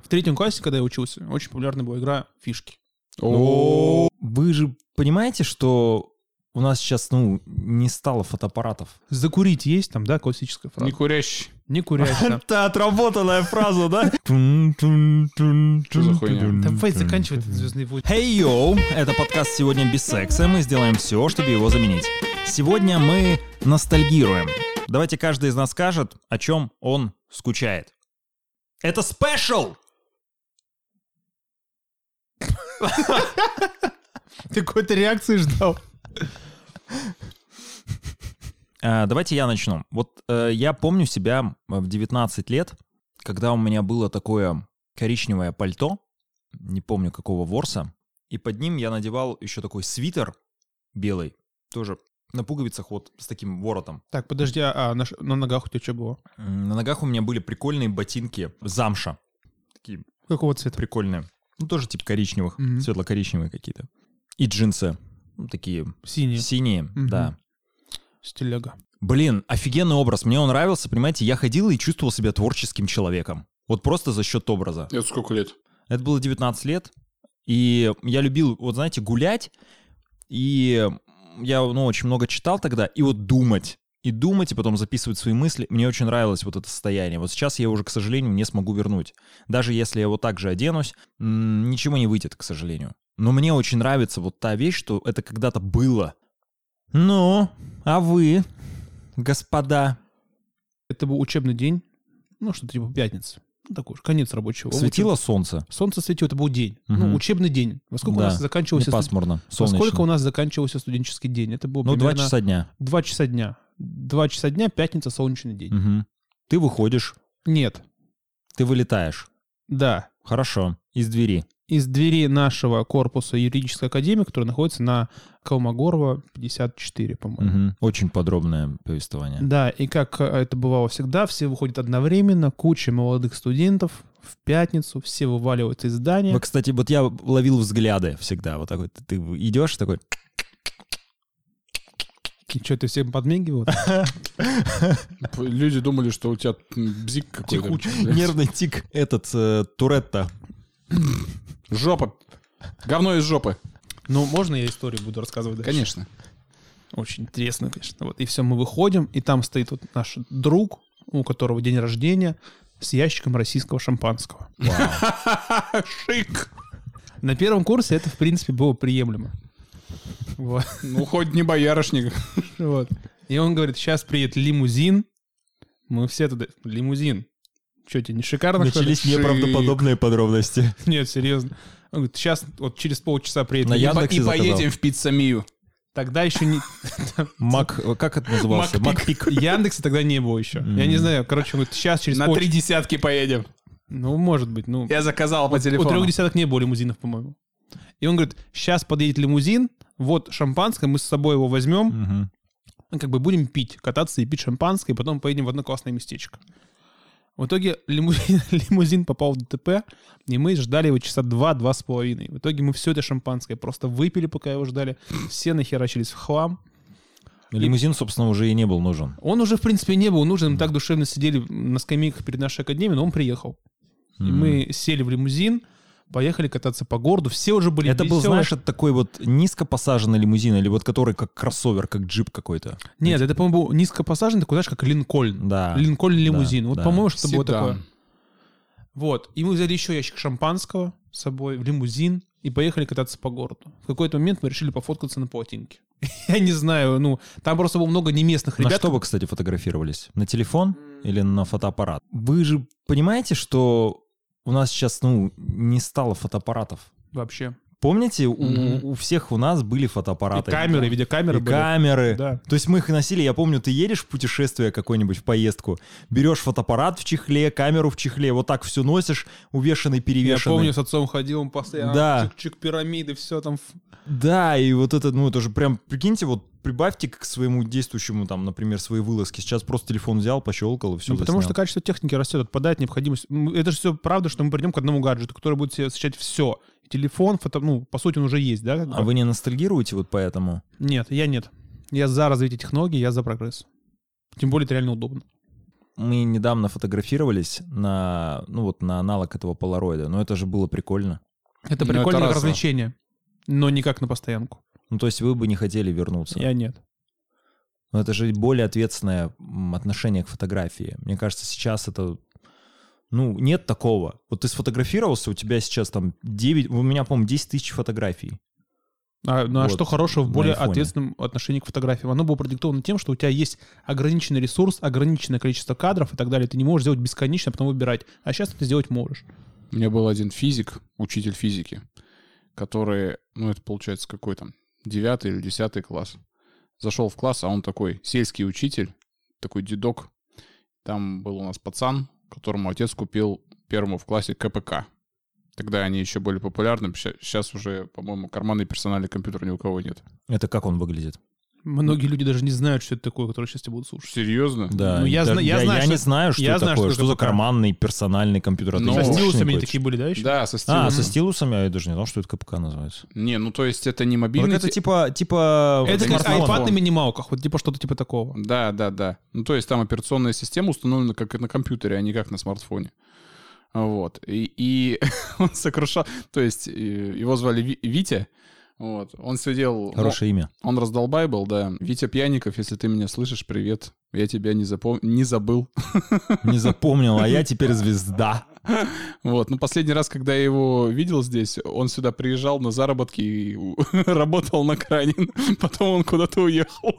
В 3 классе, когда я учился, очень популярна была игра «Фишки». Вы же понимаете, что у нас сейчас, не стало фотоаппаратов? Закурить есть там, да, классическая фраза? Не курящий. Не курять там. Это отработанная фраза, да? Что за хуйня? Давай заканчивай этот «Звездный путь». Hey, yo! Это подкаст «Сегодня без секса». Мы сделаем все, чтобы его заменить. Сегодня мы ностальгируем. Давайте каждый из нас скажет, о чем он скучает. Это спешл! Ты какой-то реакции ждал? Давайте я начну. Вот я помню себя в 19 лет, когда у меня было такое коричневое пальто, не помню какого ворса, и под ним я надевал еще такой свитер белый, тоже на пуговицах вот с таким воротом. Так, подожди, на ногах у тебя что было? На ногах у меня были прикольные ботинки замша. Такие Какого цвета? прикольные. Тоже типа коричневых, светло-коричневые какие-то. И джинсы такие синие, да. Стиляга. Блин, офигенный образ. Мне он нравился, понимаете, я ходил и чувствовал себя творческим человеком. Вот просто за счет образа. Это сколько лет? Это было 19 лет. И я любил, вот знаете, гулять. И я, очень много читал тогда. И вот думать. И потом записывать свои мысли. Мне очень нравилось вот это состояние. Вот сейчас я уже, к сожалению, не смогу вернуть. Даже если я вот так же оденусь, ничего не выйдет, к сожалению. Но мне очень нравится вот та вещь, что это когда-то было. Ну, а вы, господа? Это был учебный день, что-то типа пятница. Такой же, конец рабочего. Светило солнце? Солнце светило, это был день. Учебный день. Во сколько у нас заканчивался... Не пасмурно, солнечно. Во сколько у нас заканчивался студенческий день? Это было примерно... 2 часа дня. 2 часа дня. 2 часа дня, пятница, солнечный день. Угу. Ты выходишь. Нет. Ты вылетаешь. Да. Хорошо. Из двери. Из двери нашего корпуса юридической академии, который находится на Колмогорова, 54, по-моему. Угу. Очень подробное повествование. Да, и как это бывало всегда, все выходят одновременно, куча молодых студентов в пятницу, все вываливаются из здания. Вы, кстати, вот я ловил взгляды всегда. Вот так вот ты идешь такой... И что, ты всем подмигивал? Люди думали, что у тебя бзик какой-то. Текучий. Нервный тик Туретта. Жопа. Говно из жопы. Можно я историю буду рассказывать дальше? Конечно. Очень интересно, конечно. Вот, и все, мы выходим, и там стоит вот наш друг, у которого день рождения, с ящиком российского шампанского. Шик. На первом курсе это, в принципе, было приемлемо. Вот. Хоть не боярышник. Вот. И он говорит, сейчас приедет лимузин. Мы все туда... Лимузин. Что, тебе не шикарно? Начались неправдоподобные подробности. Нет, серьезно. Он говорит, сейчас, вот через полчаса приедет И поедем в пиццамию. Тогда еще не... Как это назывался? Макпик. Яндекса тогда не было еще. Я не знаю, короче, он говорит, сейчас через На 3 десятки поедем. может быть, Я заказал по телефону. У 3 десяток не было лимузинов, по-моему. И он говорит, сейчас подъедет лимузин, вот шампанское, мы с собой его возьмем, будем пить, кататься и пить шампанское, и потом поедем в одно классное местечко. В итоге лимузин попал в ДТП, и мы ждали его часа 2-2,5. В итоге мы все это шампанское просто выпили, пока его ждали, все нахерачились в хлам. Лимузин, собственно, уже и не был нужен. Он уже, в принципе, не был нужен, мы так душевно сидели на скамейках перед нашей академией, но он приехал. И мы сели в лимузин, поехали кататься по городу, все уже были Это был, веселые. знаешь, это такой вот низко посаженный лимузин, или вот который как кроссовер, как джип какой-то? Нет, это, по-моему, был низко посаженный, такой, знаешь, как Линкольн. Да. Линкольн лимузин. Да, вот, да. по-моему, что было Седан. такое. Вот. И мы взяли еще ящик шампанского с собой в лимузин и поехали кататься по городу. В какой-то момент мы решили пофоткаться на полотенке. Я не знаю, там просто было много неместных ребят. На что вы, кстати, фотографировались? На телефон или на фотоаппарат? Вы же понимаете, что у нас сейчас, не стало фотоаппаратов? Вообще. Помните, у всех у нас были фотоаппараты. И камеры, и видеокамеры и были. камеры. Да. То есть мы их носили, я помню, ты едешь в путешествие какое-нибудь, в поездку, берешь фотоаппарат в чехле, камеру в чехле, вот так все носишь, увешанный, перевешенный. Я помню, с отцом ходил, он постоянно чик-чик пирамиды, все там. Да, и вот это, это же прям, прикиньте, вот прибавьте к своему действующему, например, своей вылазке. Сейчас просто телефон взял, пощелкал и все потому что качество техники растет, отпадает необходимость. Это же все правда, что мы придем к одному гаджету, который будет себе сочетать все. Телефон, по сути, он уже есть, да? А вы не ностальгируете вот поэтому? Нет, я нет. Я за развитие технологий, я за прогресс. Тем более это реально удобно. мы недавно фотографировались на аналог этого полароида, но это же было прикольно. Это Ну, прикольное это раз, да. развлечение, но никак на постоянку. Ну, то есть вы бы не хотели вернуться. Я нет. Но это же более ответственное отношение к фотографии. Мне кажется, сейчас это... Ну, нет такого. Вот ты сфотографировался, у тебя сейчас там 9... У меня, по-моему, 10 тысяч фотографий. А Вот, что хорошего в на более айфоне. ответственном отношении к фотографиям? Оно было продиктовано тем, что у тебя есть ограниченный ресурс, ограниченное количество кадров и так далее. Ты не можешь сделать бесконечно, а потом выбирать. А сейчас ты сделать можешь. У меня был один физик, учитель физики, который, ну, это получается какой там, 9 или 10 класс. Зашел в класс, а он такой сельский учитель, такой дедок. Там был у нас пацан, которому отец купил первому в классе КПК. Тогда они еще были популярны. Сейчас уже, по-моему, карманный персональный компьютер ни у кого нет. Это как он выглядит? Многие люди даже не знают, что это такое, которые сейчас тебя будут слушать. Серьезно? Да. Ну, я даже- знаю, я знаю, не что- знаю, что я это знаю, такое. что Что за КПК. карманный персональный компьютер? А ты Ну, не Со знаешь стилусами что-нибудь? такие были, да, еще? Да, со стилусом. А, со стилусами? Я даже не знал, что это КПК называется. Не, ну то есть это не Ну, мобильный... так это типа Это как смартфон. iPad на минималках, вот типа что-то типа такого. Да. Ну, то есть там операционная система установлена как и на компьютере, а не как на смартфоне. Вот. И он сокрушал... То есть его звали Витя. Вот. Он сидел... Хорошее имя. Он раздолбай был, да. Витя Пьяников, если ты меня слышишь, привет. Я тебя не забыл. Не запомнил, а я теперь звезда. Вот. Ну, последний раз, когда я его видел здесь, он сюда приезжал на заработки и работал на кране. Потом он куда-то уехал.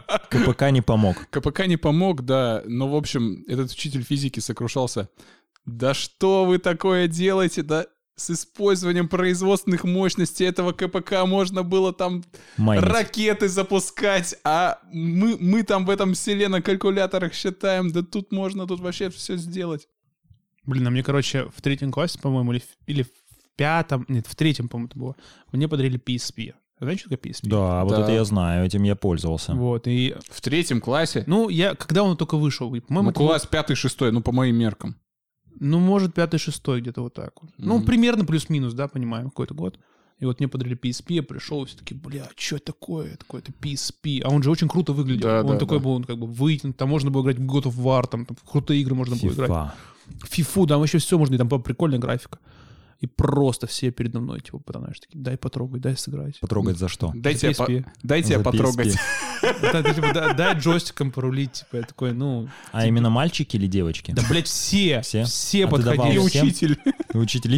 КПК не помог. КПК не помог, да. Но, в общем, этот учитель физики сокрушался. Да что вы такое делаете? Да с использованием производственных мощностей этого КПК можно было там Майнить. ракеты запускать, а мы там в этом селе на калькуляторах считаем, да тут можно тут вообще все сделать. Блин, а мне, короче, в 3 классе, по-моему, или в 5, нет, в 3, по-моему, это было, мне подарили PSP. Знаете, что такое PSP? Да, вот Да. это я знаю, этим я пользовался. Вот, и... В 3 классе? Ну, когда он только вышел, и, по-моему, Ну, это был- класс 5-6, ну, по моим меркам. ну, может, 5-6 где-то вот так вот. Ну, Мгм. примерно плюс-минус, да, понимаем, какой-то год. И вот мне подарили PSP, я пришел, и все таки бля, что это такое? Такое-то PSP. А он же очень круто выглядел. Да, Он да, такой да. был, он как бы вытянут, там можно было играть в God of War, там в крутые игры можно было играть. FIFA. Фифу, там вообще все можно, и там была прикольная графика. И просто все передо мной, типа, знаешь, такие, дай потрогать, дай сыграть. Потрогать за что? Дайте я PSP. дайте я За потрогать. PSP. Да, ты, типа, дай джойстиком порулить, типа, я такой, ну... А именно мальчики или девочки? Да, блядь, все Все? все А ты давал подходили. И всем? учитель. Учитель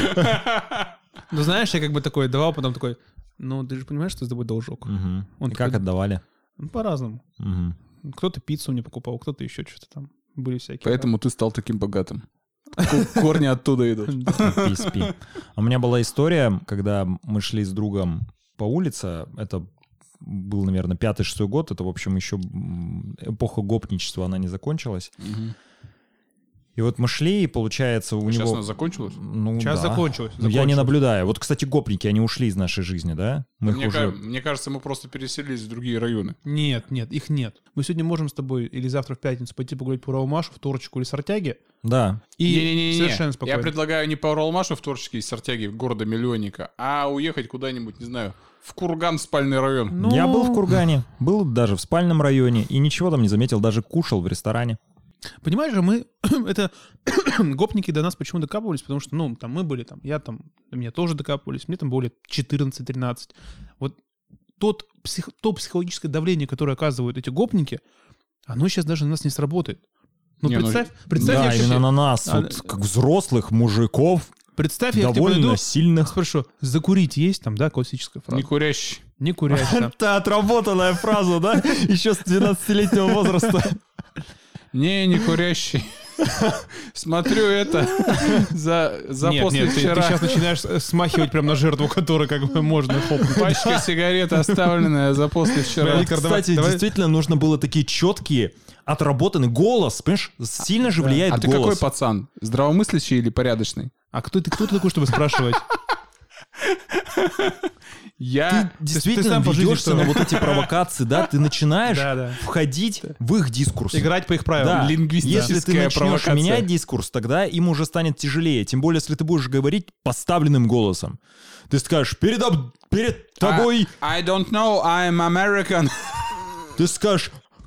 физика. Ну, знаешь, я как бы такой давал, потом такой, ну, ты же понимаешь, что с тобой должок. Мгм. Он И как такой- отдавали? Ну, по-разному. Мгм. Кто-то пиццу мне покупал, кто-то еще что-то там. Были всякие. Поэтому ты стал таким богатым. Корни оттуда идут. PSP. У меня была история, когда мы шли с другом по улице, это был, наверное, 5-6 год, это, в общем, еще эпоха гопничества, она не закончилась. И вот мы шли, и, получается, у Сейчас него... она закончилась? Ну, Сейчас да. закончилось. Ну, я не наблюдаю. Вот, кстати, гопники, они ушли из нашей жизни, да? Мы их Мне, уже... мне кажется, мы просто переселились в другие районы. Нет, их нет. Мы сегодня можем с тобой или завтра в пятницу пойти погулять по Равмашу, в Торочку или Сартяге. Да. И Не-не-не-не. совершенно спокойно. Я предлагаю не по Уралмашу в Торчике из Сартяги, города-миллионника, а уехать куда-нибудь, не знаю, в Курган, спальный район. Ну, Я был в Кургане, был даже в спальном районе, и ничего там не заметил, даже кушал в ресторане. Понимаешь же, мы... это гопники до нас почему докапывались, потому что, ну, там мы были, там, я там, до меня тоже докапывались, мне там было лет 14-13. Вот то психологическое давление, которое оказывают эти гопники, оно сейчас даже на нас не сработает. Ну, Не, ну, представь, Да, я именно вообще- на нас, А, вот, как взрослых мужиков, представь, я к тебе довольно подойду, сильных. спрошу, закурить есть там, да, классическая фраза? Не курящий. Не курять там. Это отработанная фраза, да? Еще с 12-летнего возраста. Не курящий. Смотрю это за Нет, после нет, ты вчера. сейчас начинаешь смахивать прям на жертву, которой как бы можно хлопнуть. Пачка сигарет, оставленная за после вчера. Виктор, давай- Кстати, давай- действительно нужно было такие четкие, отработанный голос, понимаешь? Сильно же влияет А ты какой голос. пацан? Здравомыслящий или порядочный? А кто ты такой, чтобы спрашивать? Я... ты Действительно сам по жизни ведешься что? на вот эти провокации, да? Ты начинаешь Да. входить в их дискурс. Играть по их правилам. Да. Лингвистическая Если ты начнешь провокация. менять дискурс, тогда им уже станет тяжелее. Тем более, если ты будешь говорить поставленным голосом. Ты скажешь, перед тобой, I don't know, I'm American. ты скажешь,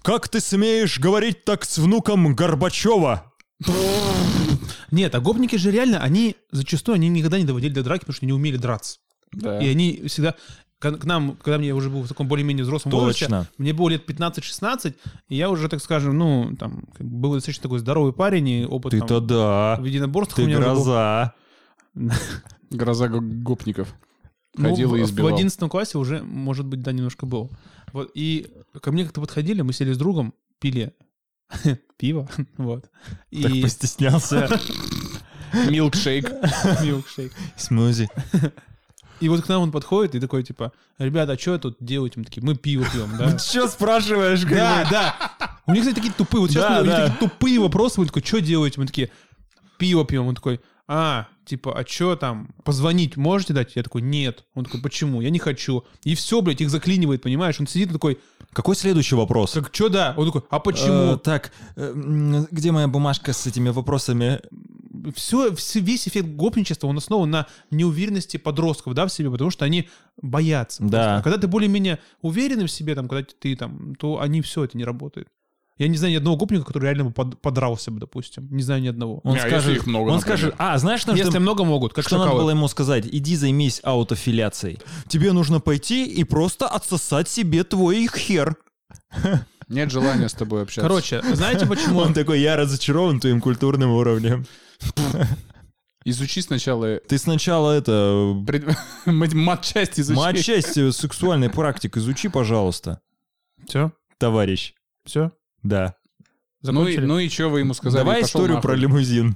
Как ты смеешь говорить так с внуком Горбачева? Нет, а гопники же реально, они зачастую они никогда не доводили до драки, потому что не умели драться. Да. И они всегда... К нам, когда мне уже был в таком более-менее взрослом возрасте, мне было лет 15-16, и я уже, так скажем, ну, там, был достаточно такой здоровый парень, и опыт Ты-то там, да. в единоборствах Ты у меня уже был. гроза. Гроза гопников. Ну, Ходил и в избивал. 11 классе уже, может быть, да, немножко был. Вот, и ко мне как-то подходили, мы сели с другом, пили пиво, вот. Так И постеснялся. Милкшейк. милкшейк. Смузи. И вот к нам он подходит и такой, типа, ребята, а что тут делаете? Мы такие, мы пиво пьем, да? Что спрашиваешь? Да, да. У них, кстати, такие тупые, вот сейчас Да, у них да. такие тупые вопросы, мы такой, что делаете? Мы такие, пиво пьем. Он такой, типа, а что там, позвонить можете дать? Я такой, нет. Он такой, почему? Я не хочу. И все, блядь, их заклинивает, понимаешь? Он сидит и такой, Какой следующий вопрос? как, что да? Он такой, а почему? Так, где моя бумажка с этими вопросами? Весь эффект гопничества, он основан на неуверенности подростков, да, в себе, потому что они боятся. Да. А когда ты более-менее уверенный в себе, там, когда ты там, то они все это не работает. Я не знаю ни одного гопника, который реально бы подрался бы, допустим. Не знаю ни одного. Он Не, а скажет, если их много, он например? скажет, знаешь, на Если что, много могут, как что надо шакалы. было ему сказать? Иди займись аутофиляцией. Тебе нужно пойти и просто отсосать себе твой хер. Нет желания с тобой общаться. Короче, знаете почему? Он такой, я разочарован твоим культурным уровнем. Изучи сначала Ты сначала матчасть изучи. матчасть сексуальной практик изучи, пожалуйста, Все? товарищ. Все? Да. Закончили? Ну и что вы ему сказали? Давай Пошел историю нахуй. про лимузин.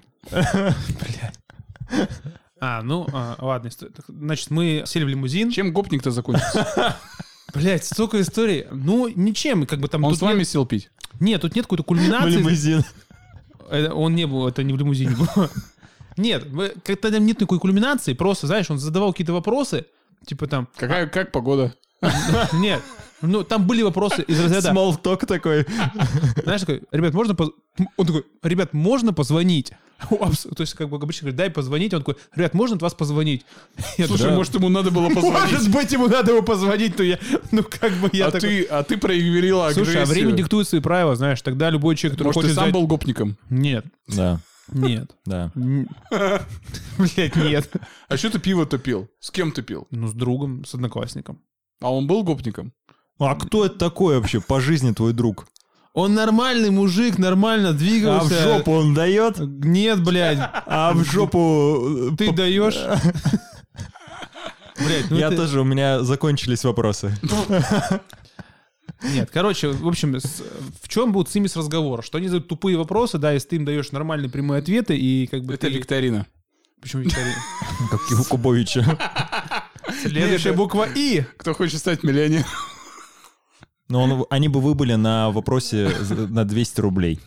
Ладно. Значит, мы сели в лимузин. Чем гопник-то закончился? Блять, столько историй. Ну, ничем, как бы там... Он тут с вами нет- сел пить? Нет, тут нет какой-то кульминации. Лимузин. Он не был, это не в лимузине было. Нет, как-то там нет никакой кульминации, просто, знаешь, он задавал какие-то вопросы, типа там... Как погода? Нет, ну там были вопросы из разряда... Смолток такой. Знаешь, такой, ребят, можно... Он такой, ребят, можно позвонить? То есть, как бы обычно говорит, дай позвонить. Он такой, ребят, можно от вас позвонить? Я Слушай, такой, может, ему надо было позвонить? может быть, ему надо его позвонить, то я... Ну, как бы я А такой... ты проиграл агрессию. Слушай, а время диктует свои правила, знаешь, тогда любой человек, который Может, ты хочет сам взять... был гопником? Нет, Да, нет. да. Блять, нет. А что ты пиво-то пил? С кем ты пил? Ну, с другом, с одноклассником. А он был гопником? А кто это такой вообще по жизни твой друг? Он нормальный мужик, нормально А в двигался. жопу он дает? Нет, блядь. А в жопу... Ты даешь? Блядь, ну Я это... тоже, у меня закончились вопросы. Нет, короче, в общем, в чем будет цимис разговора? Что они задают тупые вопросы, да, если ты им даешь нормальные прямые ответы, и как бы Это ты... викторина. Почему викторина? Как и у Кубовича. Следующая буква И. Кто хочет стать миллионером? Но они бы выбыли на вопросе на 200 рублей.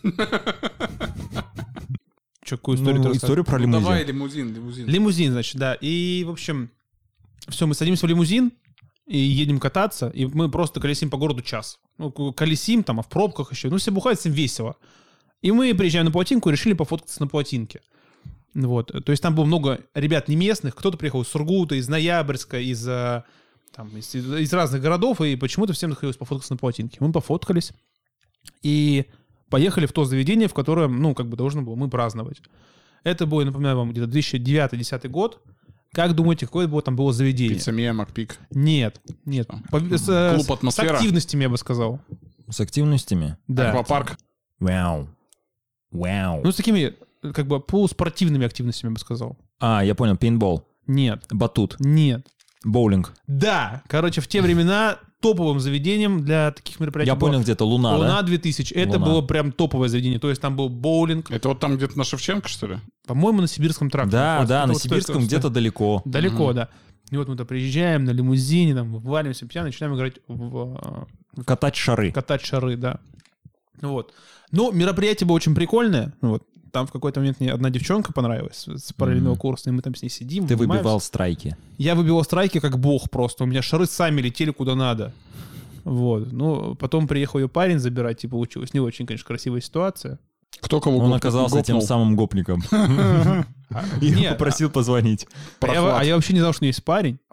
Че, какую историю ты Историю про Ну, давай лимузин. лимузин. Лимузин, значит, да. И, в общем, все, мы садимся в лимузин и едем кататься, и мы просто колесим по городу час. Ну, колесим там, а в пробках еще. Ну, все бухают, всем весело. И мы приезжаем на плотинку и решили пофоткаться на плотинке. Вот. То есть там было много ребят не местных. Кто-то приехал из Сургута, из Ноябрьска, из разных городов, и почему-то всем захотелось пофоткаться на плотинке. Мы пофоткались и поехали в то заведение, в котором, ну, как бы должно было мы праздновать. Это было, я напоминаю вам, где-то 2009-2010 год. Как думаете, какое там было заведение? Пиццамия, Макпик. Нет. Клуб «Атмосфера». С активностями, я бы сказал. С активностями? Да. Аквапарк. Вау. Ну, с такими, как бы, полуспортивными активностями, я бы сказал. Я понял, пейнтбол, Нет. батут, Нет. боулинг. Да. Короче, в те времена топовым заведением для таких мероприятий Я было понял, где-то Луна, Луна да? 2000. Это Луна. было прям топовое заведение. То есть там был боулинг. Это вот там где-то на Шевченко, что ли? По-моему, на Сибирском тракте. Да, находится. да, Это на вот Сибирском стоит- где-то далеко. Далеко, да. И вот мы туда приезжаем на лимузине, там, вываливаемся пьяно, начинаем играть в Катать шары. катать шары, да. Вот. Ну, мероприятие было очень прикольное. Вот. Там в какой-то момент мне одна девчонка понравилась с параллельного курса, и мы там с ней сидим. Ты обнимаемся. выбивал страйки. Я выбивал страйки как бог просто. У меня шары сами летели куда надо. Вот. Ну, потом приехал ее парень забирать, и получилось не очень, конечно, красивая ситуация. Кто кого Он оказался тем самым гопником. И Нет, попросил позвонить. А я вообще не знал, что у нее есть парень.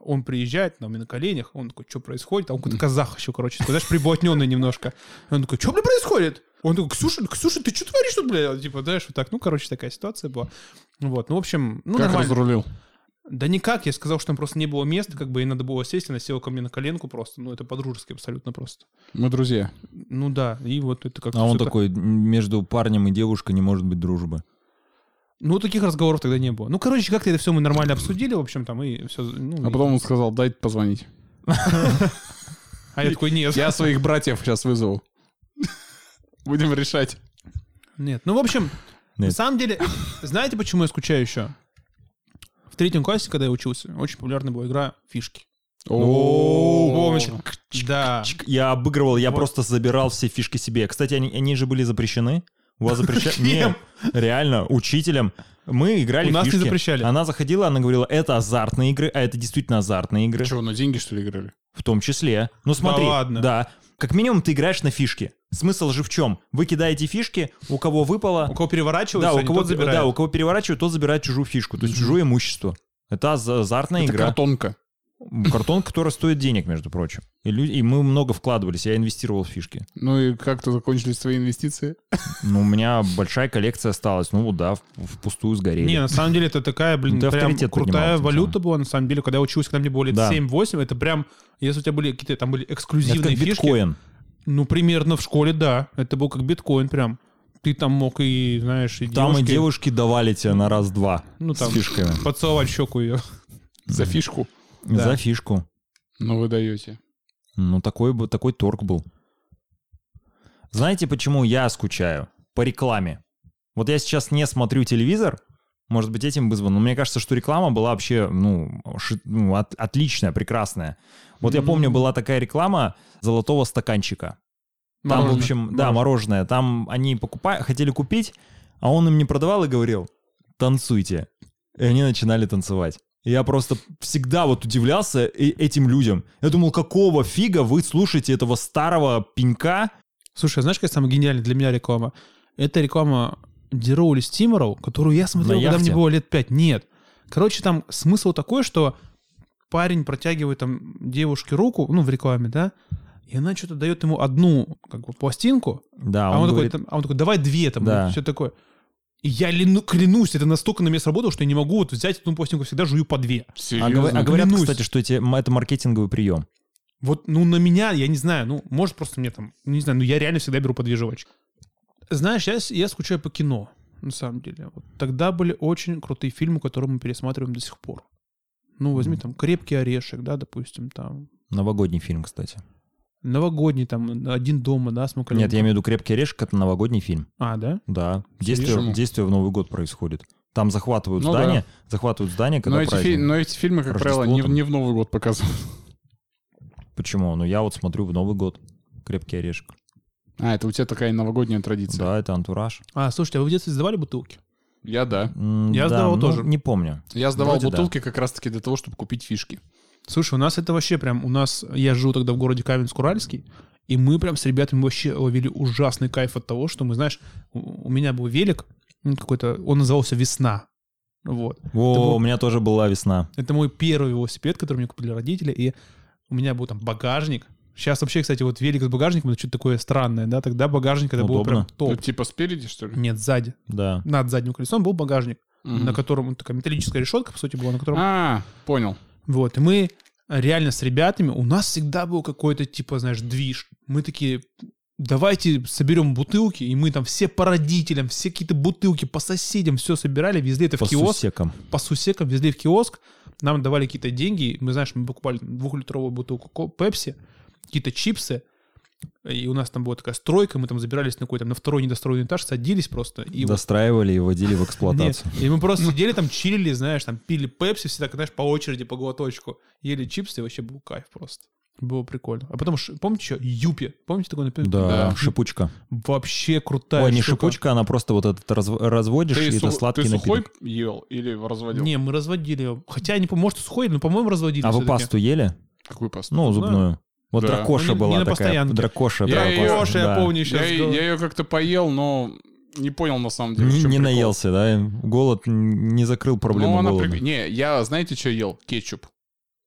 он приезжает, там, и на коленях, он такой, что происходит? А он какой-то казах еще, короче, такой, знаешь, приблотненный немножко. Он такой, что, бля, происходит? Он такой, Ксюша, ты что творишь тут, бля? Типа, знаешь, вот так. Ну, короче, такая ситуация была. Вот, ну, в общем, ну, Как нормально. разрулил? Да никак, я сказал, что там просто не было места, как бы, и надо было сесть, она села ко мне на коленку просто. Ну, это по-дружески абсолютно просто. Мы друзья. Ну да, и вот это как-то... А он всё такой, между парнем и девушкой не может быть дружбы. Ну, таких разговоров тогда не было. Ну, короче, как-то это все мы нормально обсудили, в общем, там, и все. Ну, А потом он сказал, дай позвонить. А я такой, нет. Я своих братьев сейчас вызову. Будем решать. Нет. Ну, в общем, на Нет. самом деле, знаете, почему я скучаю еще? В 3 классе, когда я учился, очень популярна была игра «Фишки». Помните? Да. Я обыгрывал, я Вот. просто забирал все фишки себе. Кстати, они же были запрещены. У вас запрещали? Нет, реально, учителем. Мы играли У в нас не фишки. запрещали. Она заходила, она говорила, это азартные игры, а это действительно азартные игры. Что, на деньги, что ли, играли? В том числе. Ну смотри, ладно. да. Как минимум ты играешь на фишки. Смысл же в чем? Вы кидаете фишки, у кого выпало... У кого переворачивается, Да, у они кого, тот забирает. да, у кого переворачивают, тот забирает чужую фишку, то есть чужое имущество. Это азартная Это игра. картонка. Картон, который стоит денег, между прочим. И мы много вкладывались, я инвестировал в фишки. Ну и как-то закончились твои инвестиции? Ну, у меня большая коллекция осталась. Ну, вот, да, впустую сгорели. Не, на самом деле это такая, блин, Ты прям авторитет поднимал крутая тем валюта самым. была, на самом деле, когда я учился, когда мне было лет Да. 7-8, это прям, если у тебя были какие-то, там были Это эксклюзивные как фишки. биткоин. Ну, примерно в школе, да. Это был как биткоин прям. Ты там мог и, знаешь, и Там и девушки, девушки давали тебе на раз-два ну, там, с фишками. поцеловать щеку ее. За фишку? Да. За фишку. Ну вы даете. Ну, такой торг был. Знаете, почему я скучаю? По рекламе. Вот я сейчас не смотрю телевизор, может быть, этим вызвано, но мне кажется, что реклама была вообще, отличная, прекрасная. Вот я помню, была такая реклама золотого стаканчика. Там, Мороженое. в общем, да, мороженое. Там они хотели купить, а он им не продавал и говорил, танцуйте. И они начинали танцевать. И я просто всегда вот удивлялся этим людям. Я думал, какого фига вы слушаете этого старого пенька? Слушай, а знаешь, какая самая гениальная для меня реклама? Это реклама Дироули Стиморал, которую я смотрел, На когда мне яхте? было лет 5. Нет. Короче, там смысл такой, что парень протягивает там девушке руку, ну, в рекламе, да, и она что-то дает ему одну, как бы, пластинку, Да, а он говорит, такой, давай 2 там, Да. все такое. И я клянусь, это настолько на меня сработало, что я не могу вот взять одну пластинку, всегда жую по 2. Серьезно? а говорят, клянусь. кстати, что это маркетинговый прием. Вот, ну, на меня, я не знаю, ну, может, просто мне там, не знаю, ну, я реально всегда беру по 2 жвачки. Знаешь, я скучаю по кино, на самом деле. Вот тогда были очень крутые фильмы, которые мы пересматриваем до сих пор. Ну, возьми там «Крепкий орешек», да, допустим, там, Новогодний фильм, кстати. новогодний, там, «Один дома», да, с Макаренко. Нет, я имею в виду «Крепкий орешек» — это новогодний фильм. А, да? Да. Серьезно? Действие в Новый год происходит. Там захватывают Ну здание, Но когда эти, праздник. но эти фильмы, как Рождество правило, там. не в Новый год показывают. Почему? Ну, я вот смотрю в Новый год «Крепкий орешек». А, это у тебя такая новогодняя традиция. Да, это антураж. А, слушайте, а вы в детстве сдавали бутылки? Я да. Я сдавал тоже. Не помню. Я сдавал Вроде бутылки как раз-таки для того, чтобы купить фишки. Слушай, у нас это вообще прям, я живу тогда в городе Каменск-Уральский, и мы прям с ребятами вообще ловили ужасный кайф от того, что мы, знаешь, у меня был велик, какой-то, он назывался «Весна». Вот. У меня тоже была весна. Это мой первый велосипед, который мне купили родители, и у меня был там багажник. Сейчас вообще, кстати, вот велик с багажником — это что-то такое странное, да? Тогда багажник это был прям Удобно. топ. Ну, типа спереди, что ли? Нет, сзади. Да. Над задним колесом был багажник, Мгм. на котором такая металлическая решетка, по сути, была, на котором... А, понял. Вот, и мы реально с ребятами, у нас всегда был какой-то, типа, знаешь, движ. Мы такие, давайте соберем бутылки, и мы там все по родителям, все какие-то бутылки по соседям, все собирали, везли это По в киоск. сусекам. По сусекам везли в киоск, нам давали какие-то деньги, мы, знаешь, мы покупали 2-литровую бутылку Пепси, какие-то чипсы, и у нас там была такая стройка, мы там забирались на какой-то, на второй недостроенный этаж, садились просто, и вот Достраивали и вводили в нет. эксплуатацию. И мы просто сидели там, чилили, знаешь, там пили пепси, все так, знаешь, по очереди, по глоточку. Ели чипсы, и вообще был кайф просто. Было прикольно. А потом, помните еще, Юпи? Помните такой напиток? Да, Да. шипучка. Вообще крутая Ой, не штука. шипучка, она просто вот этот разводишь, и это сладкий ты сухой напиток. ел или разводил? Не, мы разводили его. Хотя, я не помню, может, сухой, но, по-моему, разводили А вы всё-таки. пасту ели? Какую пасту? Ну, знаю. зубную. Вот Да. дракоша Ну, не была на такая. постоянке. Дракоша. Я такая её- классная, Леша, я да. помню Я, сейчас. я ее как-то поел, но не понял на самом деле. в Не чём прикол. наелся, да? Голод не закрыл проблему Ну, она голода. Не, я, знаете, что ел? Кетчуп.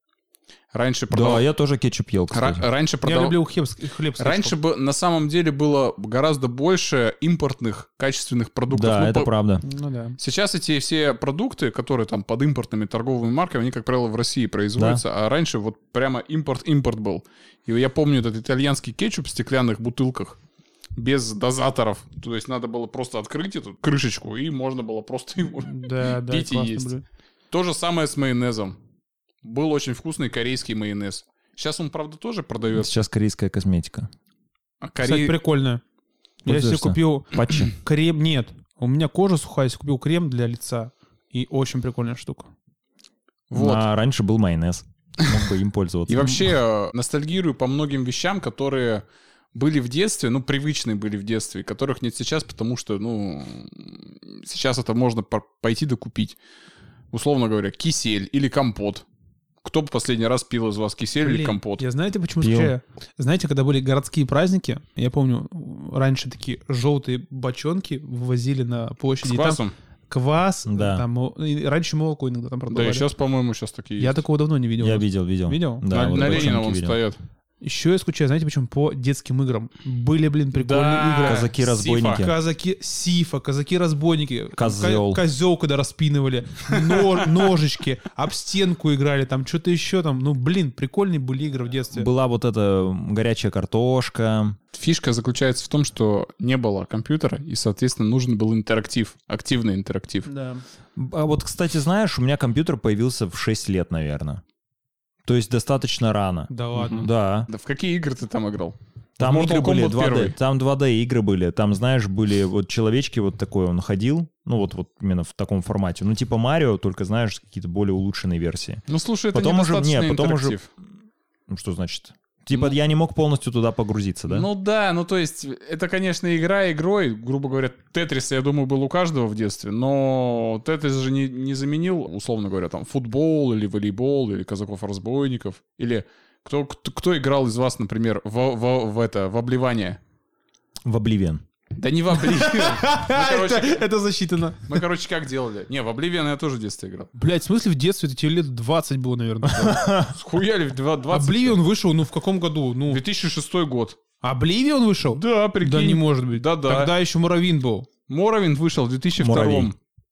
Раньше Да, я тоже кетчуп ел, кстати. Раньше Я люблю хлеб. Раньше на самом деле было гораздо больше импортных качественных продуктов. Да, это правда. Ну да. Сейчас эти все продукты, которые там под импортными торговыми марками, они, как правило, в России производятся, а раньше вот прямо импорт был. И я помню этот итальянский кетчуп в стеклянных бутылках без дозаторов. То есть надо было просто открыть эту крышечку, и можно было просто его пить и есть. То же самое с майонезом. Был очень вкусный корейский майонез. Сейчас он, правда, тоже продается. Сейчас корейская косметика. Кстати, прикольно. Я себе купил крем. Нет, у меня кожа сухая, я себе купил крем для лица. И очень прикольная штука. Вот. А раньше был майонез. Мог бы им пользоваться. И вообще ностальгирую по многим вещам, которые были в детстве, ну, привычные были в детстве, которых нет сейчас, потому что, ну, сейчас это можно пойти докупить. Условно говоря, кисель или компот. Кто бы последний раз пил из вас кисель или компот? Я знаете, почему скучаю? Знаете, когда были городские праздники, я помню, раньше такие желтые бочонки вывозили на площади. С квасом? Квас, да. Там, и молоко иногда там продавали. Да, и сейчас, по-моему, такие Я есть. такого давно не видел. Я видел. Видел? Да, на Ленина вон стоят. Еще я скучаю, знаете, почему? По детским играм. Были, прикольные игры. Казаки-разбойники. Казаки-разбойники. Козел. Козел, когда распинывали. Ножички. Об стенку играли. Там что-то еще там. Прикольные были игры в детстве. Была вот эта горячая картошка. Фишка заключается в том, что не было компьютера, и, соответственно, нужен был интерактив. Активный интерактив. Да. А вот, кстати, знаешь, у меня компьютер появился в 6 лет, наверное. То есть достаточно рано. Да ладно. Да. Да в какие игры ты там играл? Там Mortal игры были Kombat 2D. первый. Там 2D игры были. Там, знаешь, были вот человечки вот такой он ходил. Ну вот именно в таком формате. Ну типа Марио, только, знаешь, какие-то более улучшенные версии. Ну слушай, это потом недостаточно уже, потом интерактив. Ну что значит? Типа я не мог полностью туда погрузиться, да? Ну да, ну то есть это, конечно, игра игрой. Грубо говоря, Тетрис, я думаю, был у каждого в детстве. Но Тетрис же не заменил, условно говоря, там футбол или волейбол, или казаков-разбойников. Или кто играл из вас, например, в обливание? В Обливион. Да не в Обливион. Это засчитано. Мы, короче, как делали? Не, в Обливион я тоже в детстве играл. Блять, в смысле в детстве? Это тебе лет 20 было, наверное. Схуяли в 20. Обливион вышел, в каком году? 2006 год. Обливион вышел? Да, прикинь. Да не может быть. Да-да. Тогда еще Моровин был. Моровин вышел в 2002.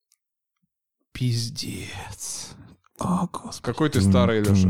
Пиздец. О, господи. Какой ты старый, Леша.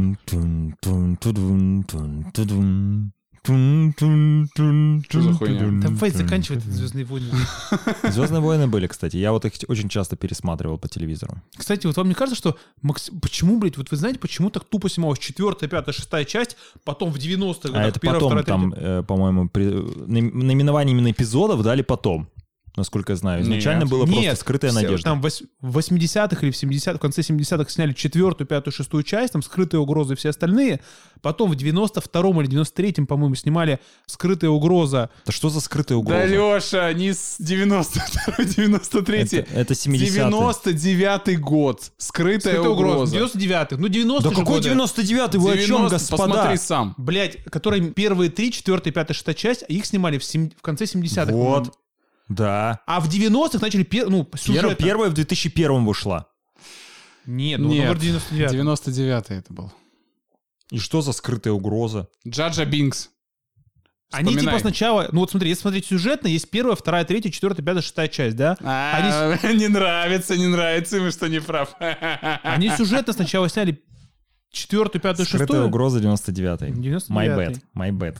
Что за хуйня? Давай заканчивай этот «Звездные войны». «Звездные войны» были, кстати. Я вот их очень часто пересматривал по телевизору. Кстати, вот вам не кажется, что... Почему, блядь, вот вы знаете, почему так тупо снималась 4-я, 5-я, 6-я часть, потом в 90-х годах А это 1-я, потом 2-я, 3-я? там, по-моему, наименование именно эпизодов дали потом. Насколько я знаю. Изначально было просто «Скрытая надежда». Там в 80-х или в 70-х, в конце 70-х сняли 4-ю, 5-ю, 6-ю часть, там «Скрытая угроза» и все остальные. Потом в 92-м или 93-м, по-моему, снимали «Скрытая угроза». Да что за «Скрытая угроза»? Да, Леша, не с 92-й, 93-й. Это 70-й. 99-й год. «Скрытая угроза». 99-й. Ну, 90-й Да же какой годы. 99-й? Вы о чем, господа? Посмотри сам. Блядь, которые первые 3, 4-я, 5-я, 6-я часть, а их снимали в конце 70-х. Вот. Да. А в 90-х начали сюжетно. Первая в 2001 вышла. Нет, Нет, 99-й. 99-й это был. И что за «Скрытая угроза»? Джаджа Бинкс. Они Вспоминай. типа сначала... Ну вот смотри, если смотреть сюжетно, есть 1-я, 2-я, 3-я, 4-я, 5-я, 6-я часть, да? Не нравится ему, что не прав. Они сюжетно сначала сняли 4-ю, 5-ю, 6-ю. «Скрытая угроза» 99-й. 99-й. My bad.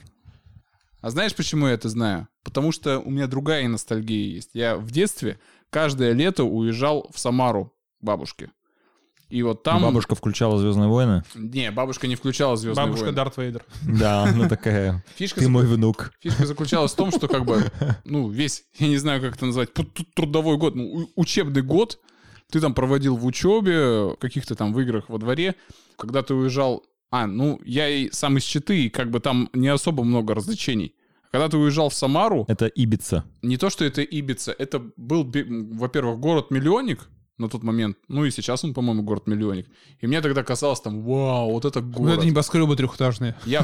А знаешь, почему я это знаю? Потому что у меня другая ностальгия есть. Я в детстве каждое лето уезжал в Самару к бабушке. И вот там... Бабушка включала «Звездные войны»? Не, бабушка не включала «Звездные Бабушка войны». Дарт Вейдер. Да, она такая, Фишка ты мой внук. Фишка заключалась в том, что как бы, весь, я не знаю, как это назвать, трудовой год, учебный год ты там проводил в учебе, в каких-то там в играх во дворе. Когда ты уезжал... я и сам из Читы, и как бы там не особо много развлечений. Когда ты уезжал в Самару... Это Ибица. Не то, что это Ибица, это был, во-первых, город-миллионник на тот момент, и сейчас он, по-моему, город-миллионник. И мне тогда казалось там, вау, вот это город. Ну это небоскребы трехэтажные. Я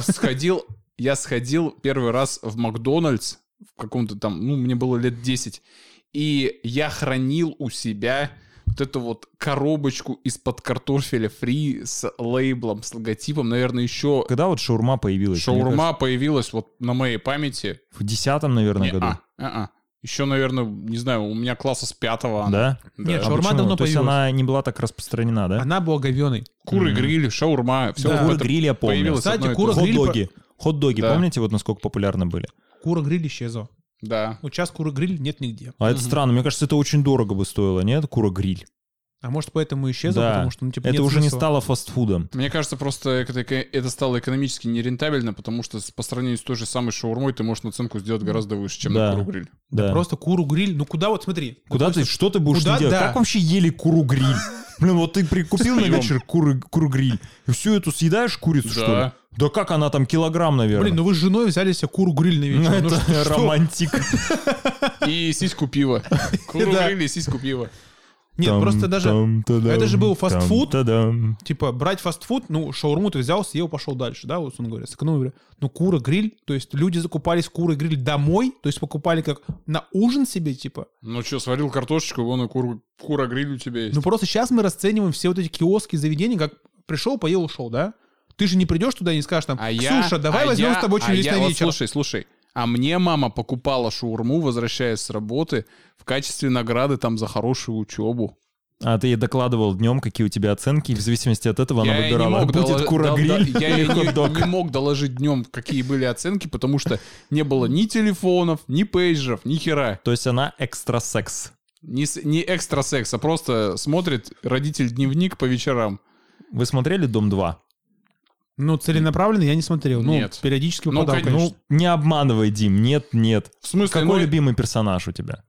сходил первый раз в Макдональдс, в каком-то там, мне было лет 10, и я хранил у себя вот эту вот коробочку из-под картофеля фри с лейблом, с логотипом, наверное, еще... Когда вот шаурма появилась? Шаурма появилась вот на моей памяти. В 10-м, наверное, году. Еще, наверное, не знаю, у меня класса с 5-го. Да? Нет, А шаурма почему? давно То есть появилась. она не была так распространена, да? Она была говёной. Куры-гриль, шаурма. Все Да. Кура-гриль я помню. появилось Кстати, одно и то же. кура-гриль Хот-доги. Хот-доги, Да. помните, вот насколько популярны были? Кура-гриль исчезла. Да. Вот сейчас кура-гриль нет нигде. А это странно, мне кажется, это очень дорого бы стоило, нет? Кура-гриль. А может, поэтому исчезла, Да. потому что, ну, типа, Это нет уже не смысла. стало фастфудом. Мне кажется, просто это стало экономически нерентабельно, потому что по сравнению с той же самой шаурмой ты можешь наценку сделать гораздо выше, чем Да. на куру-гриль. Да. Просто куру-гриль, ну куда вот, смотри. Куда ты, что ты будешь куда- с ней делать? да. Как вообще ели куру-гриль? Блин, вот ты прикупил на Встаём. вечер куру-гриль, и всю эту съедаешь курицу, Да. что ли? Да как она там, килограмм, наверное? Блин, ну вы с женой взяли себе куру-гриль на вечер. Ну, Ну, это что? романтик. И сиську пива. Куру-гриль и сиську пива. Нет, просто даже... это же был фастфуд. Там-та-дам. Типа, брать фастфуд, ну, шаурму ты взял, съел, пошел дальше, да, вот он говорит, сэкономили. Ну, кура-гриль, то есть люди закупались кура-гриль домой, то есть покупали как на ужин себе, типа. Ну что, сварил картошечку, вон и кура-гриль у тебя есть. Ну, просто сейчас мы расцениваем все вот эти киоски, заведения, как пришел, поел, ушел, да? Ты же не придешь туда и не скажешь там, Ксюша, давай возьмем с тобой чудесный вот вечер. слушай. А мне мама покупала шаурму, возвращаясь с работы, в качестве награды там за хорошую учебу. А ты ей докладывал днем, какие у тебя оценки, и в зависимости от этого она Я ей не выбирала, мог будет кура-гриль я ей или хот-дог. не мог доложить днем, какие были оценки, потому что не было ни телефонов, ни пейджеров, ни хера. То есть она экстра-секс. Не экстра секс, а просто смотрит родитель дневник по вечерам. Вы смотрели «Дом 2»? Ну, целенаправленно я не смотрел. Ну, Нет. периодически Ну, попадал, конечно. конечно. Ну, не обманывай, Дим, нет. В смысле, Какой ну, любимый персонаж у тебя?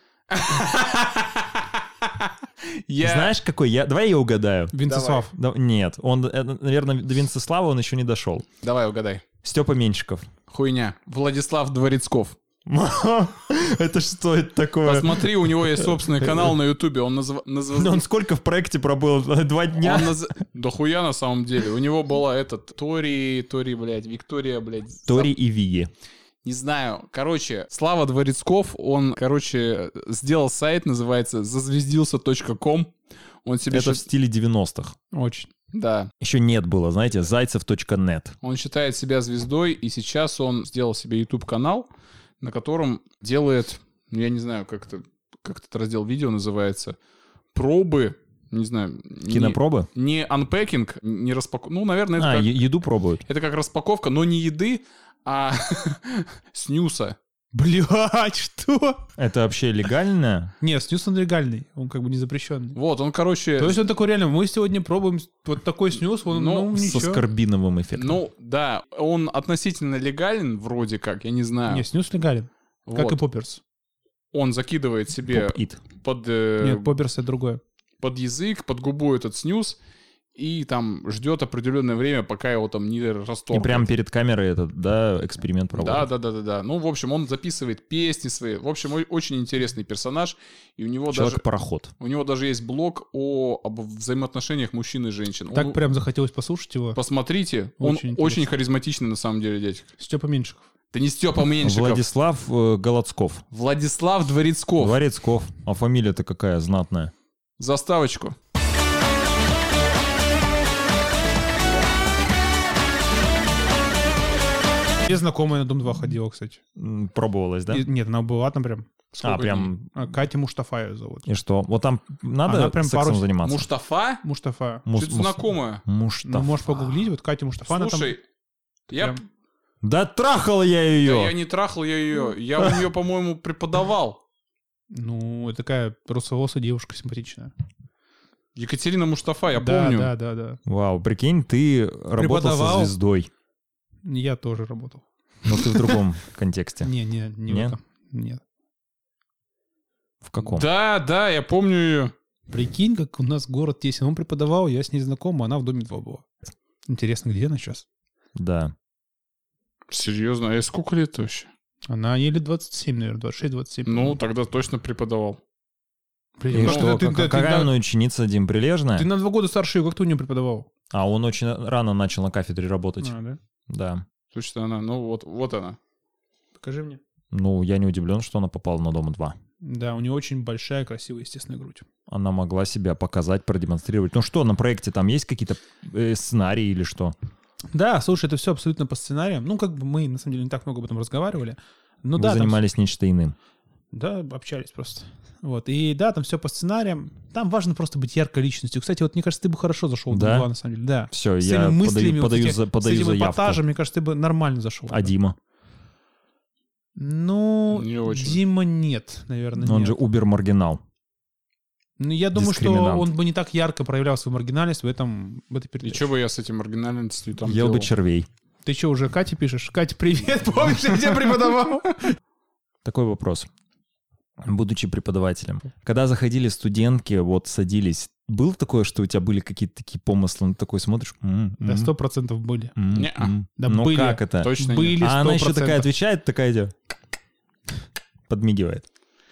Знаешь, какой? Давай я угадаю. Винцеслав. Нет, он, наверное, до Венцеслава он еще не дошел. Давай угадай. Степа Меньшиков. Хуйня. Владислав Дворецков. Это что это такое? Посмотри, у него есть собственный канал на Ютубе. Он Он сколько в проекте пробыл? 2 дня? Да хуя на самом деле. У него была Тори, блядь, Виктория, блядь. Тори и Виги. Не знаю. Короче, Слава Дворецков, он, сделал сайт, называется зазвездился.ком. Он себе Это в стиле 90-х. Очень. Да. Еще нет было, знаете, зайцев.нет. Он считает себя звездой, и сейчас он сделал себе YouTube-канал, на котором делает, ну, я не знаю, как этот раздел видео называется, пробы, не знаю. Кинопробы? Не unpacking, не распаковка. Ну, наверное, это Еду пробуют. это как распаковка, но не еды, а снюса. Блядь, что? Это вообще легально? Нет, снюс он легальный, он как бы не запрещенный. Вот, он, короче... То есть он такой реально, мы сегодня пробуем вот такой снюс, он, ну Со ничего. скорбиновым эффектом. Ну, да, он относительно легален, вроде как, я не знаю. Не, снюс легален, как Вот. и попперс. Он закидывает себе Поп-ит. под, Нет, попперс это другое. под язык, под губу этот снюс, и там ждет определенное время, пока его там не И расторгнет. прямо перед камерой этот, да, эксперимент проводит. Да. Ну, в общем, он записывает песни свои. В общем, очень интересный персонаж. И у него Человек-пароход. у него даже есть блог об взаимоотношениях мужчин и женщин. Так прям захотелось послушать его. Посмотрите, он Очень очень интересно. харизматичный на самом деле, дядька. Степа Меньшиков. Это не Степа Меньшиков. Владислав Голодсков. Владислав Дворецков. Дворецков. А фамилия-то какая знатная. Заставочку. Без знакомая на Дом 2 ходила, кстати. Пробовалась, да? Нет, она была там прям. Сколько Прям... Катя Муштафа ее зовут. И что? Вот там надо Она прям сексом пару- заниматься? Муштафа? Муштафа. Что-то знакомое. Муштафа. Ну, можешь погуглить, вот Катя Муштафа, она там... Слушай, я... прям- Да трахал я Да ее! я не трахал я ее. Я у нее, по-моему, преподавал. Ну, это такая русоволосая девушка симпатичная. Екатерина Муштафа, я Да, помню. Да. Вау, прикинь, ты работал со Преподавал. звездой. Я тоже работал. Но ты в другом контексте. Не Нет? в этом. Нет. В каком? Да, я помню ее. Прикинь, как у нас город тесен. Он преподавал, я с ней знаком, а она в Доме 2 была. Интересно, где она сейчас? Да. Серьезно, а ей сколько лет вообще? Она ей лет 27, наверное, 26-27. Ну, тогда точно преподавал. Блин, И как что, ты какая на- она ученица, Дим, прилежная? Ты на 2 года старше ее, как ты у нее преподавал? А он очень рано начал на кафедре работать. А, да? Да. Точно она. Ну, вот она. Покажи мне. Ну, я не удивлен, что она попала на Дом 2. Да, у нее очень большая, красивая, естественная грудь. Она могла себя показать, продемонстрировать. Ну что, на проекте там есть какие-то сценарии или что? Да, слушай, это все абсолютно по сценариям. Ну, как бы мы, на самом деле, не так много об этом разговаривали. Но Вы да, занимались нечто иным. Да, общались просто. Вот. И да, там все по сценариям. Там важно просто быть яркой личностью. Кстати, вот мне кажется, ты бы хорошо зашел в Да? Дом-2, на самом деле. Да. Все, С я этими мыслями, подаю с этим заявку. эпатажем, мне кажется, ты бы нормально зашел. А Дима? Ну, Не очень. Дима нет, наверное, Он нет. же убер-маргинал. Ну, я думаю, что дискриминант. он бы не так ярко проявлял свою маргинальность в этой И передаче. что бы я с этим оригинальностью там Ел делал? бы червей. Ты что, уже Кате пишешь? Катя, привет, помнишь, я тебе преподавал? Такой вопрос. Будучи преподавателем, когда заходили студентки, вот садились, было такое, что у тебя были какие-то такие помыслы, ну такой смотришь? Да, 100% были. Не-а. Да Ну были. как это? Точно Были нет. А она еще 100%. такая отвечает, такая идет, подмигивает.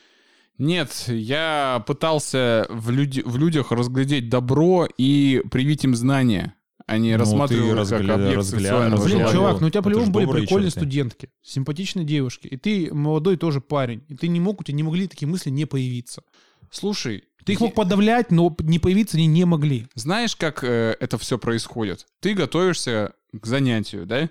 Нет, я пытался в людях разглядеть добро и привить им знания, а не Ну, рассматривать ты как объект сексуального Блин, разглядывал. желания. чувак, ну у тебя Это по-любому ж были добрый прикольные человек. студентки, симпатичные девушки, и ты молодой тоже парень, и ты не мог, у тебя не могли такие мысли не появиться. Слушай, Ты их мог подавлять, но не появиться они не могли. знаешь, как это все происходит? Ты готовишься к занятию, да?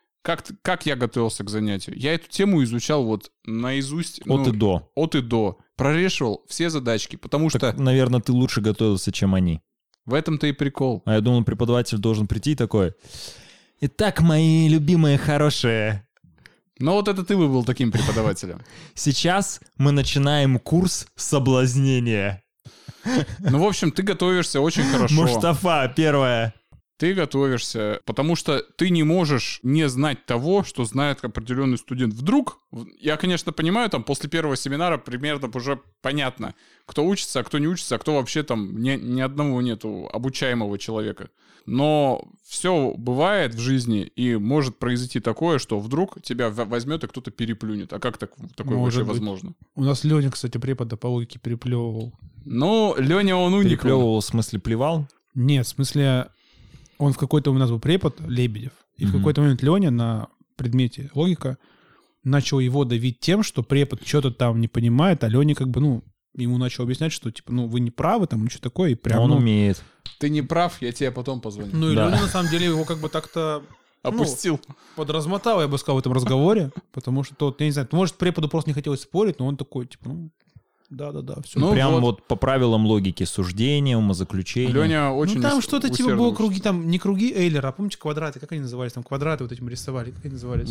Как я готовился к занятию? Я эту тему изучал вот наизусть. От и до. От и до. Прорешивал все задачки, потому что Так, наверное, ты лучше готовился, чем они. в этом-то и прикол. А я думал, преподаватель должен прийти такой. Итак, мои любимые хорошие, Но вот это ты бы был таким преподавателем. сейчас мы начинаем курс соблазнения. Ну, в общем, ты готовишься очень хорошо. Муштафа, первая. Ты готовишься, потому что ты не можешь не знать того, что знает определенный студент. Вдруг, я, конечно, понимаю, там после первого семинара примерно уже понятно, кто учится, а кто не учится, а кто вообще там ни одного нету обучаемого человека. Но все бывает в жизни, и может произойти такое, что вдруг тебя возьмет и кто-то переплюнет. А как такое Может вообще быть. возможно? У нас Леня, кстати, препода по логике переплевывал. Ну, Леня, он уникум. Переплевывал, в смысле плевал? Нет, в смысле, он в какой-то у нас был препод, Лебедев, и в Мгм. какой-то момент Леня на предмете логика начал его давить тем, что препод что-то там не понимает, а Леня как бы, ну, ему начал объяснять, что, типа, ну, вы не правы, там, и что такое, и прям, Он ну, умеет. Ты не прав, я тебе потом позвоню. ну, и Да. Леня, на самом деле, его как бы так-то Опустил. подразмотал, я бы сказал, в этом разговоре, потому что тот, я не знаю, может, преподу просто не хотелось спорить, но он такой, типа, ну, да-да-да, все. Ну, Прям вот. вот по правилам логики суждения, умозаключения. Леня очень Ну, там что-то типа было усердствует. круги, там, не круги Эйлера, а помните квадраты, как они назывались, там, квадраты вот этим рисовали, как они назывались?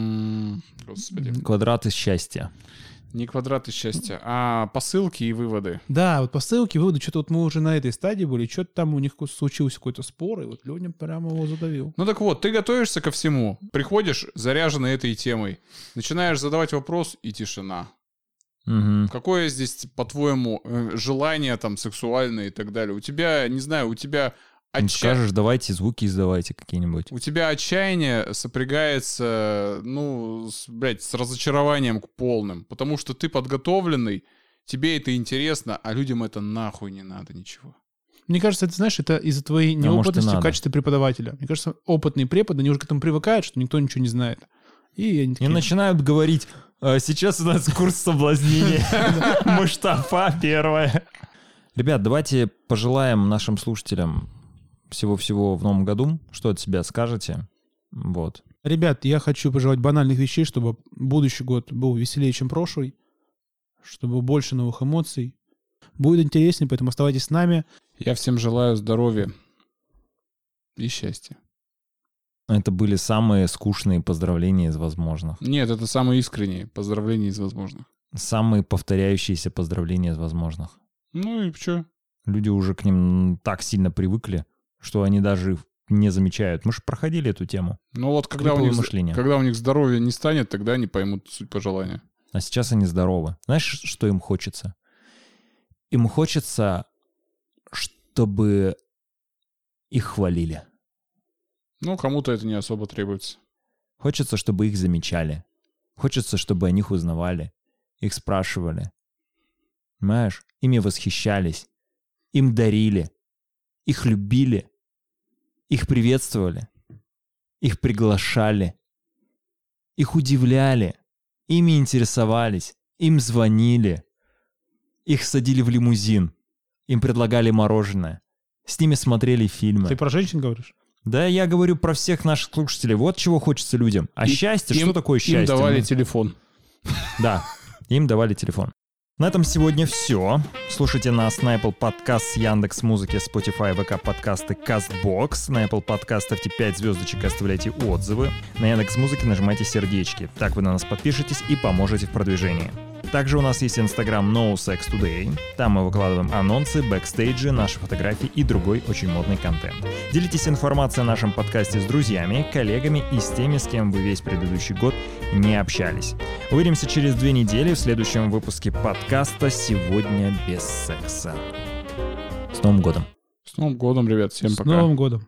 Господи. Квадраты счастья. Не квадраты счастья, а посылки и выводы. Да, вот по ссылке, выводы, что-то вот мы уже на этой стадии были, что-то там у них случился какой-то спор, и вот Леня прямо его задавил. Ну так вот, ты готовишься ко всему, приходишь заряженный этой темой, начинаешь задавать вопрос, и тишина. Мгм. Какое здесь, по-твоему, желание там сексуальное и так далее? У тебя, не знаю, у тебя Ну, скажешь, давайте звуки издавайте какие-нибудь. У тебя отчаяние сопрягается, ну, с разочарованием полным, потому что ты подготовленный, тебе это интересно, а людям это нахуй не надо ничего. Мне кажется, это, знаешь, это из-за твоей может, и неопытности в надо. качестве преподавателя. Мне кажется, опытные преподы, они уже к этому привыкают, что никто ничего не знает. И они И такие, начинают говорить, сейчас у нас курс соблазнения. Муштафа первая. Ребят, давайте пожелаем нашим слушателям всего-всего в новом году. Что от себя скажете? Вот. ребят, я хочу пожелать банальных вещей, чтобы будущий год был веселее, чем прошлый, чтобы больше новых эмоций. Будет интереснее, поэтому оставайтесь с нами. Я всем желаю здоровья и счастья. Это были самые скучные поздравления из возможных. Нет, это самые искренние поздравления из возможных. Самые повторяющиеся поздравления из возможных. Ну и что? Люди уже к ним так сильно привыкли, что они даже не замечают. Мы же проходили эту тему. Ну вот когда у, Клиповое них, мышление. когда у них здоровья не станет, тогда они поймут суть пожелания. А сейчас они здоровы. Знаешь, что им хочется? Им хочется, чтобы их хвалили. Ну, кому-то это не особо требуется. Хочется, чтобы их замечали. Хочется, чтобы о них узнавали. Их спрашивали. Понимаешь? Ими восхищались. Им дарили. Их любили. Их приветствовали. Их приглашали. Их удивляли. Ими интересовались. Им звонили. Их садили в лимузин. Им предлагали мороженое. С ними смотрели фильмы. Ты про женщин говоришь? Да, я говорю про всех наших слушателей. Вот чего хочется людям. А счастье, что такое счастье? Им давали телефон. Да, им давали телефон. На этом сегодня все. Слушайте нас на Apple Podcast, Яндекс.Музыки, Spotify, ВК подкасты, Castbox. На Apple Podcast ставьте 5 звездочек и оставляйте отзывы. На Яндекс.Музыке нажимайте сердечки. Так вы на нас подпишетесь и поможете в продвижении. Также у нас есть Instagram NoSexToday. Там мы выкладываем анонсы, бэкстейджи, наши фотографии и другой очень модный контент. Делитесь информацией о нашем подкасте с друзьями, коллегами и с теми, с кем вы весь предыдущий год не общались. Увидимся через 2 недели в следующем выпуске подкаста «Сегодня без секса». С Новым годом! С Новым годом, ребят. Всем пока. С Новым годом!